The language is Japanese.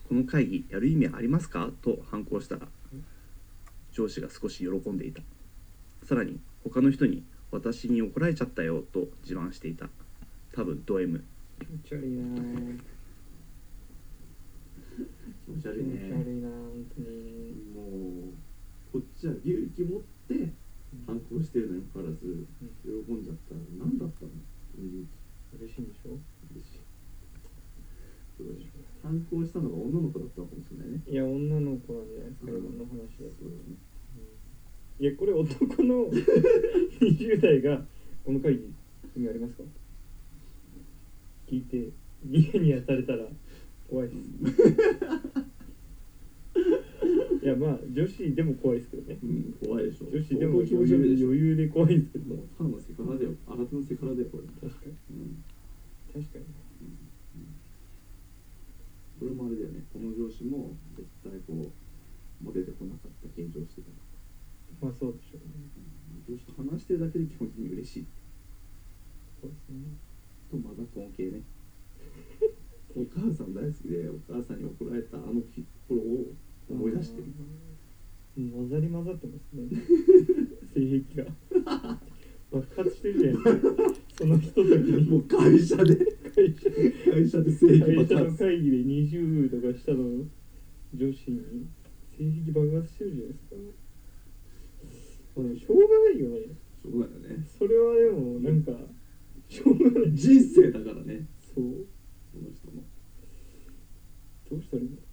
この会議やる意味ありますかと反抗したら、上司が少し喜んでいた。さらに他の人に私に怒られちゃったよと自慢していた。多分ド M。 気持ち悪いなぁ。 気持ち悪いね。 気持ち悪いなぁ、本当に。 もうこっちは勇気持って反抗してるのにもかかわらず、喜んじゃったら何だったの、勇気。 嬉しいんでしょ。 嬉しい。反抗したのが女の子だったのかもしれないね。 いや、女の子なんじゃないですか、今の話だと。 そうだね。 いや、これ男の20代がこの会議意味ありますか聞いてニヤニヤされたら怖いですいや、まあ女子でも怖いですけどね。 怖いでしょ。 女子でも気持ち悪いでしょ。 余裕で怖いですけど。 もうただのセクハラだよ。新手のセクハラだよこれ。 確かに、確かに。 これもあれだよね。この上司も絶対こうモテてこなかった緊張してた。 まあそうでしょうね。 上司と話してるだけで基本的に嬉しい。 そうですね。 とまだ尊敬ね。お母さん大好きで、お母さんに怒られたあの頃を思い出してる。 混ざり混ざってますね性癖が爆発してるじゃないですかそのひとときに。 もう会社で性癖爆発。 会社の会議で20とか下の上司に性癖爆発してるじゃないですか。まあ、でもしょうがないよね。 しょうがないよね。 それはでもなんかしょうがない。 人生だからね。 そう。 この人の。 どうしたらいいの。